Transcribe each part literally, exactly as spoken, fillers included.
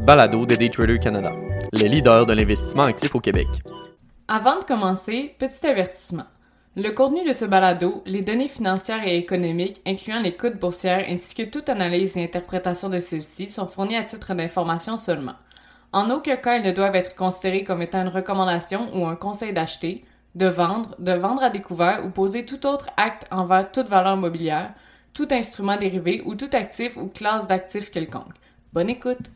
balado de Daytrader Canada, les leaders de l'investissement actif au Québec. Avant de commencer, petit avertissement. Le contenu de ce balado, les données financières et économiques, incluant les cotes boursières ainsi que toute analyse et interprétation de celles-ci, sont fournies à titre d'information seulement. En aucun cas, elles ne doivent être considérées comme étant une recommandation ou un conseil d'acheter, de vendre, de vendre à découvert ou poser tout autre acte envers toute valeur mobilière, tout instrument dérivé ou tout actif ou classe d'actifs quelconque. Bonne écoute!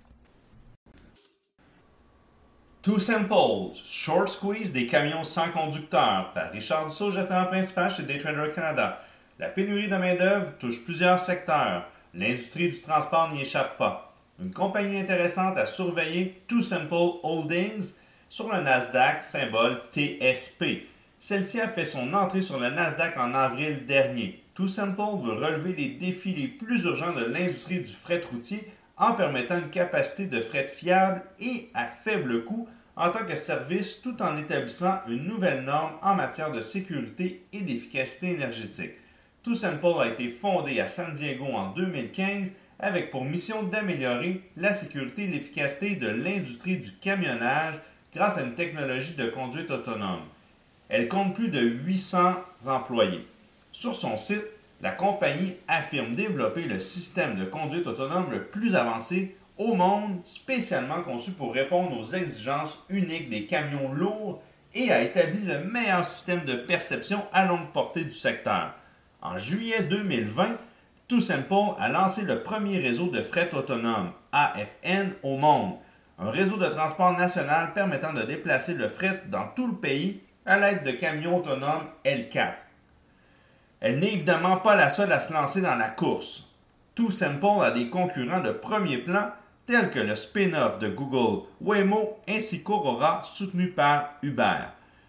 Too Simple, Short Squeeze des camions sans conducteur par Richard Dussault, gestionnaire principal chez Daytrader Canada. La pénurie de main-d'œuvre touche plusieurs secteurs. L'industrie du transport n'y échappe pas. Une compagnie intéressante à surveiller, Too Simple Holdings, sur le Nasdaq, symbole T S P. Celle-ci a fait son entrée sur le Nasdaq en avril dernier. Too Simple veut relever les défis les plus urgents de l'industrie du fret routier en permettant une capacité de fret fiable et à faible coût en tant que service, tout en établissant une nouvelle norme en matière de sécurité et d'efficacité énergétique. Too Simple a été fondé à San Diego en deux mille quinze avec pour mission d'améliorer la sécurité et l'efficacité de l'industrie du camionnage grâce à une technologie de conduite autonome. Elle compte plus de huit cents employés. Sur son site, la compagnie affirme développer le système de conduite autonome le plus avancé au monde, spécialement conçu pour répondre aux exigences uniques des camions lourds et a établi le meilleur système de perception à longue portée du secteur. En juillet deux mille vingt, Too Simple a lancé le premier réseau de fret autonome, A F N, au monde, un réseau de transport national permettant de déplacer le fret dans tout le pays à l'aide de camions autonomes L quatre. Elle n'est évidemment pas la seule à se lancer dans la course. Too Simple a des concurrents de premier plan tels que le spin-off de Google Waymo ainsi qu'Aurora soutenu par Uber.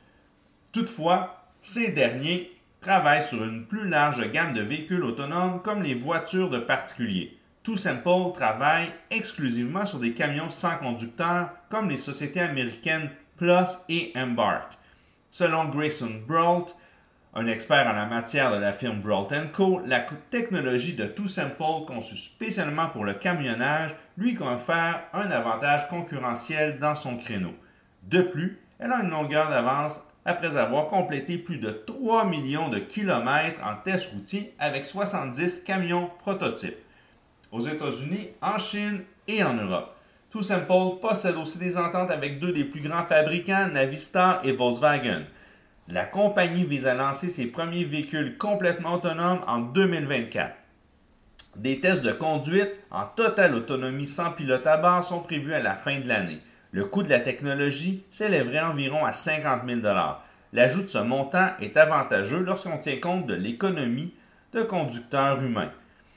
Toutefois, ces derniers travaillent sur une plus large gamme de véhicules autonomes comme les voitures de particuliers. Too Simple travaille exclusivement sur des camions sans conducteur comme les sociétés américaines Plus et Embark. Selon Grayson Brault, un expert en la matière de la firme Brault and Co, la technologie de Too Simple, conçue spécialement pour le camionnage, lui confère un avantage concurrentiel dans son créneau. De plus, elle a une longueur d'avance après avoir complété plus de trois millions de kilomètres en test routier avec soixante-dix camions prototypes. Aux États-Unis, en Chine et en Europe. Too Simple possède aussi des ententes avec deux des plus grands fabricants, Navistar et Volkswagen. La compagnie vise à lancer ses premiers véhicules complètement autonomes en deux mille vingt-quatre. Des tests de conduite en totale autonomie sans pilote à bord sont prévus à la fin de l'année. Le coût de la technologie s'élèverait environ à cinquante mille dollars. L'ajout de ce montant est avantageux lorsqu'on tient compte de l'économie de conducteurs humains.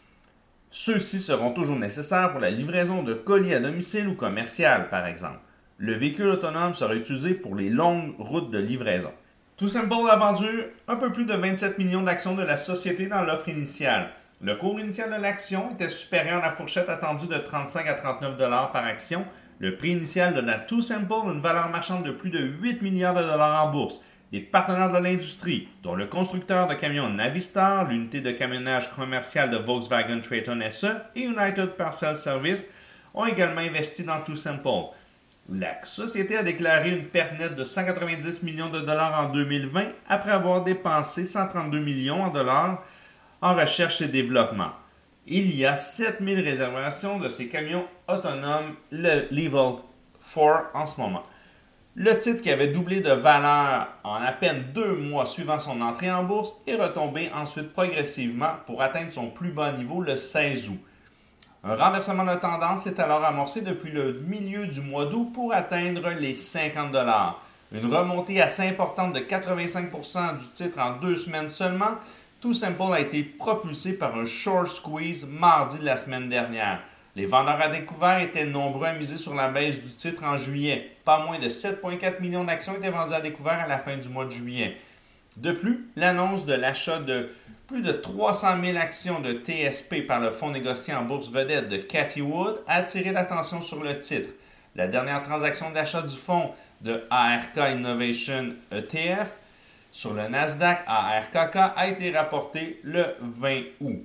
Ceux-ci seront toujours nécessaires pour la livraison de colis à domicile ou commercial, par exemple. Le véhicule autonome sera utilisé pour les longues routes de livraison. Too Simple a vendu un peu plus de vingt-sept millions d'actions de la société dans l'offre initiale. Le cours initial de l'action était supérieur à la fourchette attendue de trente-cinq à trente-neuf dollars par action. Le prix initial donne à Too Simple une valeur marchande de plus de huit milliards de dollars en bourse. Des partenaires de l'industrie, dont le constructeur de camions Navistar, l'unité de camionnage commercial de Volkswagen Traton S E et United Parcel Service, ont également investi dans Too Simple. La société a déclaré une perte nette de cent quatre-vingt-dix millions de dollars en deux mille vingt après avoir dépensé cent trente-deux millions de dollars en recherche et développement. Il y a sept mille réservations de ces camions autonomes le Level quatre en ce moment. Le titre, qui avait doublé de valeur en à peine deux mois suivant son entrée en bourse, est retombé ensuite progressivement pour atteindre son plus bas niveau le seize août. Un renversement de tendance s'est alors amorcé depuis le milieu du mois d'août pour atteindre les cinquante dollars. Une remontée assez importante de quatre-vingt-cinq pour cent du titre en deux semaines seulement, Too Simple a été propulsé par un short squeeze mardi de la semaine dernière. Les vendeurs à découvert étaient nombreux à miser sur la baisse du titre en juillet. Pas moins de sept virgule quatre millions d'actions étaient vendues à découvert à la fin du mois de juillet. De plus, l'annonce de l'achat de plus de trois cent mille actions de T S P par le fonds négocié en bourse vedette de Cathie Wood a attiré l'attention sur le titre. La dernière transaction d'achat du fonds de A R K Innovation E T F sur le Nasdaq A R K K a été rapportée le vingt août.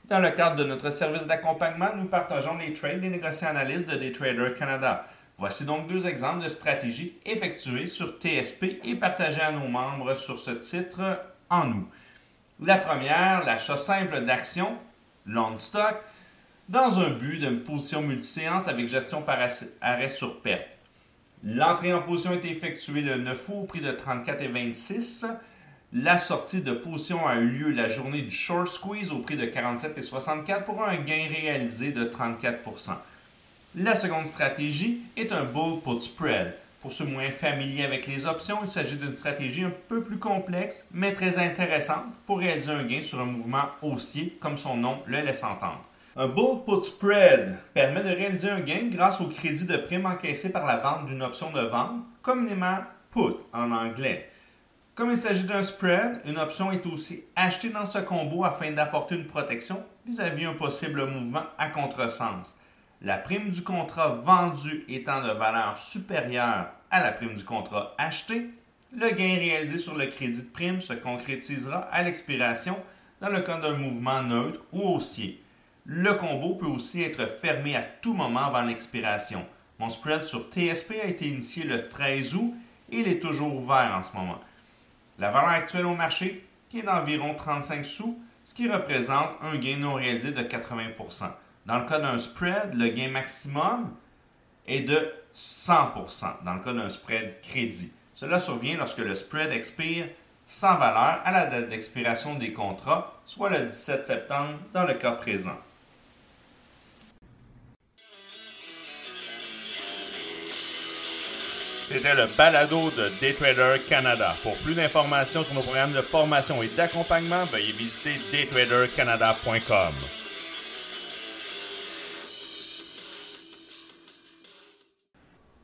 Dans le cadre de notre service d'accompagnement, nous partageons les trades des négociants analystes de Daytrader Canada. Voici donc deux exemples de stratégies effectuées sur T S P et partagées à nos membres sur ce titre en août. La première, l'achat simple d'actions, long stock, dans un but d'une position multiséance avec gestion par arrêt sur perte. L'entrée en position a été effectuée le neuf août au prix de trente-quatre virgule vingt-six. La sortie de position a eu lieu la journée du short squeeze au prix de quarante-sept virgule soixante-quatre pour un gain réalisé de trente-quatre pour cent. La seconde stratégie est un bull put spread. Pour ceux moins familiers avec les options, il s'agit d'une stratégie un peu plus complexe, mais très intéressante pour réaliser un gain sur un mouvement haussier, comme son nom le laisse entendre. Un bull put spread permet de réaliser un gain grâce au crédit de prime encaissé par la vente d'une option de vente, communément put en anglais. Comme il s'agit d'un spread, une option est aussi achetée dans ce combo afin d'apporter une protection vis-à-vis un possible mouvement à contresens. La prime du contrat vendu étant de valeur supérieure à la prime du contrat acheté, le gain réalisé sur le crédit de prime se concrétisera à l'expiration dans le cas d'un mouvement neutre ou haussier. Le combo peut aussi être fermé à tout moment avant l'expiration. Mon spread sur T S P a été initié le treize août et il est toujours ouvert en ce moment. La valeur actuelle au marché, qui est d'environ trente-cinq sous, ce qui représente un gain non réalisé de quatre-vingts pour cent. Dans le cas d'un spread, le gain maximum est de cent pour cent dans le cas d'un spread crédit. Cela survient lorsque le spread expire sans valeur à la date d'expiration des contrats, soit le dix-sept septembre dans le cas présent. C'était le balado de Daytrader Canada. Pour plus d'informations sur nos programmes de formation et d'accompagnement, veuillez visiter daytrader canada point com.